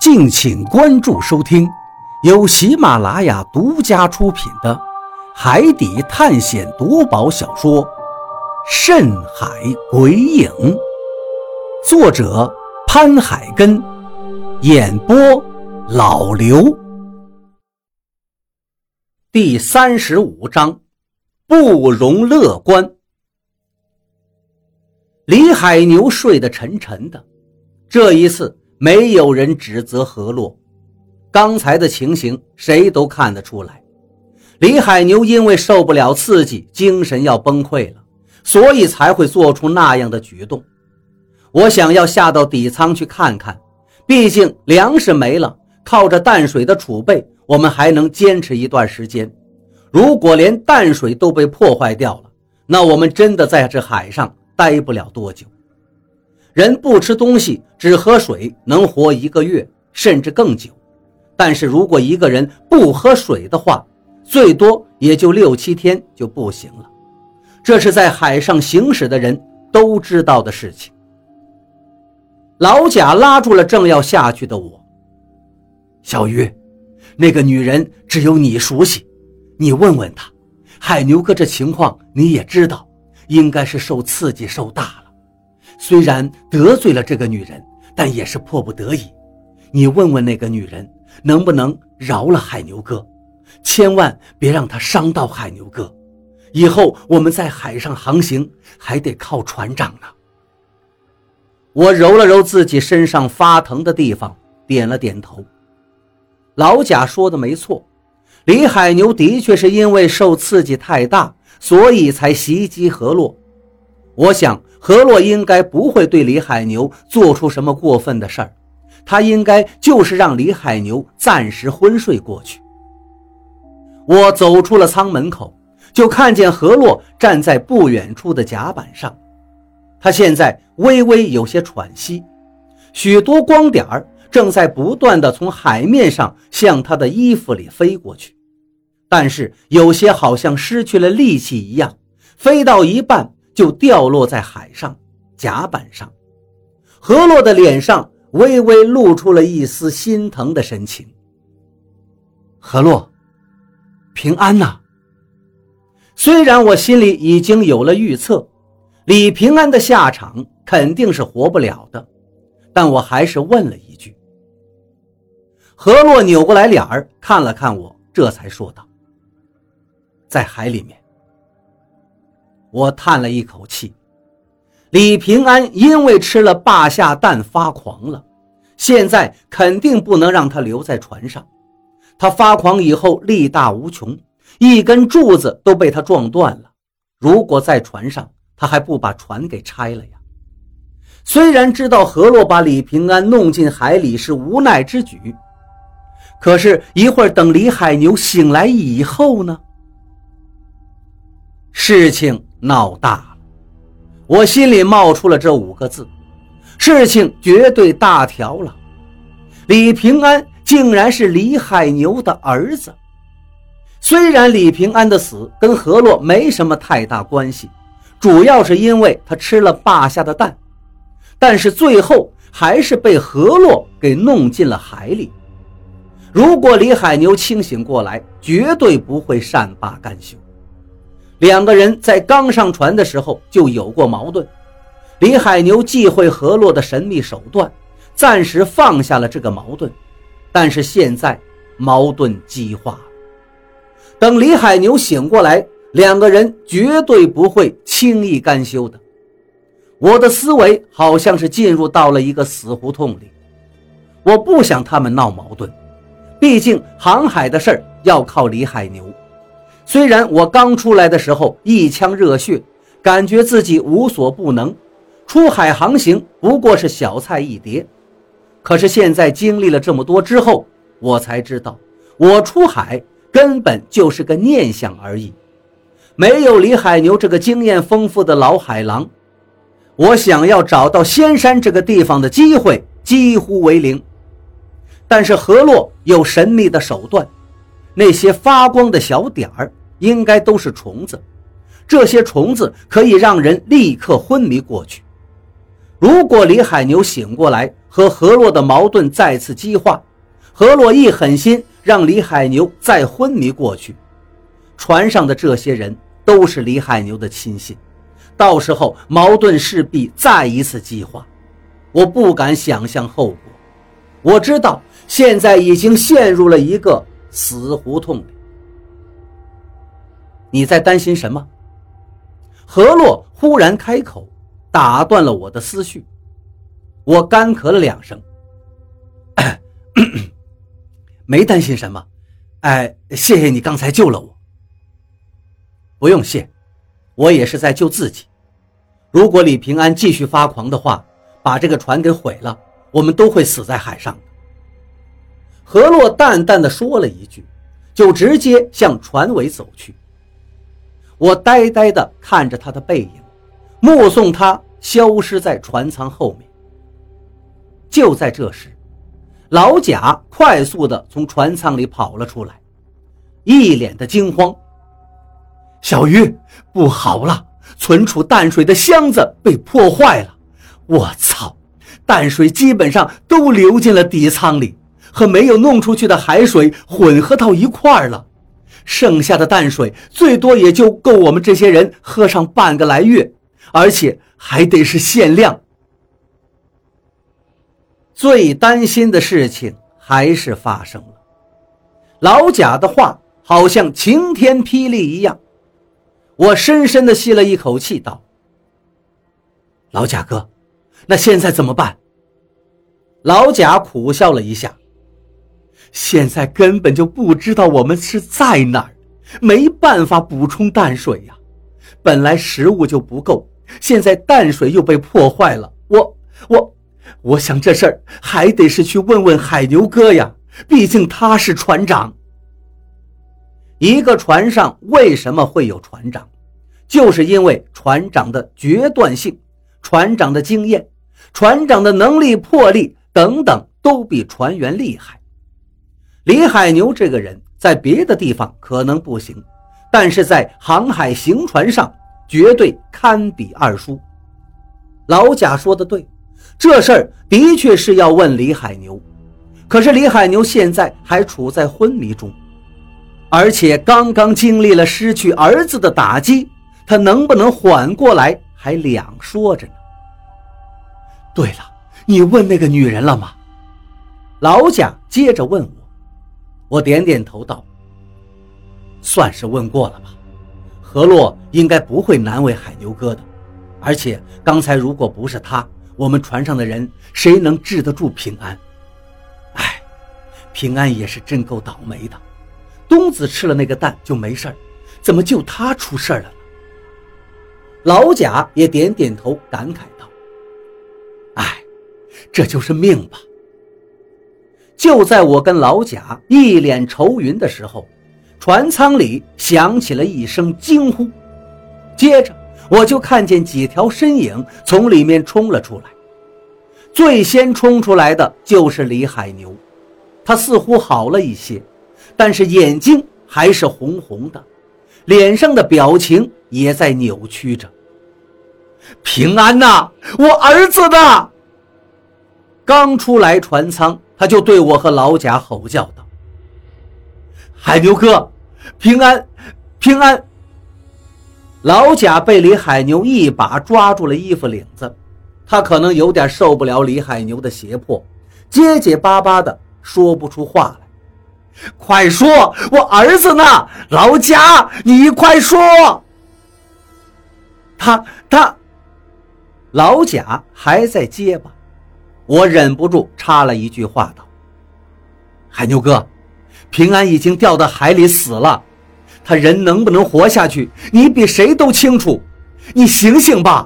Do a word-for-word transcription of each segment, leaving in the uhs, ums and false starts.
敬请关注收听，由喜马拉雅独家出品的海底探险夺宝小说《深海鬼影》，作者潘海根，演播老刘。第三十五章，不容乐观。李海牛睡得沉沉的，这一次没有人指责何洛，刚才的情形谁都看得出来，李海牛因为受不了刺激，精神要崩溃了，所以才会做出那样的举动。我想要下到底舱去看看，毕竟粮食没了，靠着淡水的储备，我们还能坚持一段时间。如果连淡水都被破坏掉了，那我们真的在这海上待不了多久。人不吃东西，只喝水，能活一个月甚至更久，但是如果一个人不喝水的话，最多也就六七天就不行了。这是在海上行驶的人都知道的事情。老贾拉住了正要下去的我，小鱼，那个女人只有你熟悉，你问问她，海牛哥这情况你也知道，应该是受刺激受大了，虽然得罪了这个女人，但也是迫不得已。你问问那个女人能不能饶了海牛哥，千万别让她伤到海牛哥，以后我们在海上航行还得靠船长呢。我揉了揉自己身上发疼的地方，点了点头。老贾说的没错，李海牛的确是因为受刺激太大，所以才袭击何洛。我想何洛应该不会对李海牛做出什么过分的事儿，他应该就是让李海牛暂时昏睡过去。我走出了舱门口，就看见何洛站在不远处的甲板上，他现在微微有些喘息，许多光点儿正在不断地从海面上向他的衣服里飞过去，但是有些好像失去了力气一样，飞到一半就掉落在海上甲板上。何洛的脸上微微露出了一丝心疼的神情。何洛，平安呐！虽然我心里已经有了预测，李平安的下场肯定是活不了的，但我还是问了一句。何洛扭过来脸儿看了看我，这才说道，在海里面。我叹了一口气，李平安因为吃了霸下蛋发狂了，现在肯定不能让他留在船上。他发狂以后力大无穷，一根柱子都被他撞断了，如果在船上，他还不把船给拆了呀。虽然知道何洛把李平安弄进海里是无奈之举，可是一会儿等李海牛醒来以后呢？事情闹大了，我心里冒出了这五个字，事情绝对大条了。李平安竟然是李海牛的儿子。虽然李平安的死跟何洛没什么太大关系，主要是因为他吃了霸下的蛋，但是最后还是被何洛给弄进了海里。如果李海牛清醒过来，绝对不会善罢甘休。两个人在刚上船的时候就有过矛盾，李海牛忌讳何洛的神秘手段，暂时放下了这个矛盾，但是现在矛盾激化了。等李海牛醒过来，两个人绝对不会轻易甘休的。我的思维好像是进入到了一个死胡同里，我不想他们闹矛盾，毕竟航海的事儿要靠李海牛。虽然我刚出来的时候一腔热血，感觉自己无所不能，出海航行不过是小菜一碟，可是现在经历了这么多之后，我才知道我出海根本就是个念想而已。没有李海牛这个经验丰富的老海狼，我想要找到仙山这个地方的机会几乎为零。但是何洛有神秘的手段，那些发光的小点儿应该都是虫子，这些虫子可以让人立刻昏迷过去。 如果李海牛醒过来，和何洛的矛盾再次激化，何洛一狠心让李海牛再昏迷过去，船上的这些人都是李海牛的亲信，到时候矛盾势必再一次激化。我不敢想象后果，我知道现在已经陷入了一个死胡同里。你在担心什么？何洛忽然开口，打断了我的思绪。我干咳了两声，没担心什么，哎，谢谢你刚才救了我。不用谢，我也是在救自己。如果李平安继续发狂的话，把这个船给毁了，我们都会死在海上的。何洛淡淡的说了一句，就直接向船尾走去。我呆呆地看着他的背影，目送他消失在船舱后面。就在这时，老贾快速地从船舱里跑了出来，一脸的惊慌。小鱼，不好了，存储淡水的箱子被破坏了，我操，淡水基本上都流进了底舱里，和没有弄出去的海水混合到一块儿了，剩下的淡水最多也就够我们这些人喝上半个来月，而且还得是限量。最担心的事情还是发生了，老贾的话好像晴天霹雳一样。我深深地吸了一口气，道：老贾哥，那现在怎么办？老贾苦笑了一下，现在根本就不知道我们是在哪儿，没办法补充淡水呀。本来食物就不够，现在淡水又被破坏了，我我我想这事儿还得是去问问海牛哥呀，毕竟他是船长。一个船上为什么会有船长？就是因为船长的决断性、船长的经验、船长的能力、魄力等等都比船员厉害。李海牛这个人在别的地方可能不行，但是在航海行船上绝对堪比二叔。老贾说的对，这事儿的确是要问李海牛，可是李海牛现在还处在昏迷中，而且刚刚经历了失去儿子的打击，他能不能缓过来还两说着呢。对了，你问那个女人了吗？老贾接着问我。我点点头道，算是问过了吧，何洛应该不会难为海牛哥的，而且刚才如果不是他，我们船上的人谁能治得住平安？哎，平安也是真够倒霉的，东子吃了那个蛋就没事儿，怎么就他出事了呢？老贾也点点头，感慨道：哎，这就是命吧。就在我跟老贾一脸愁云的时候，船舱里响起了一声惊呼，接着我就看见几条身影从里面冲了出来。最先冲出来的就是李海牛，他似乎好了一些，但是眼睛还是红红的，脸上的表情也在扭曲着。平安呐，我儿子呢？刚出来船舱，他就对我和老贾吼叫道：海牛哥，平安，平安！老贾被李海牛一把抓住了衣服领子，他可能有点受不了李海牛的胁迫，结结巴巴的说不出话来。快说，我儿子呢？老贾，你快说！他他老贾还在结巴，我忍不住插了一句话道：海牛哥，平安已经掉到海里死了，他人能不能活下去，你比谁都清楚，你醒醒吧。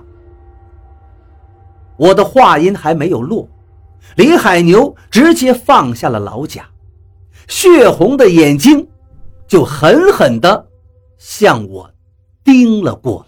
我的话音还没有落，李海牛直接放下了老贾，血红的眼睛就狠狠地向我盯了过来。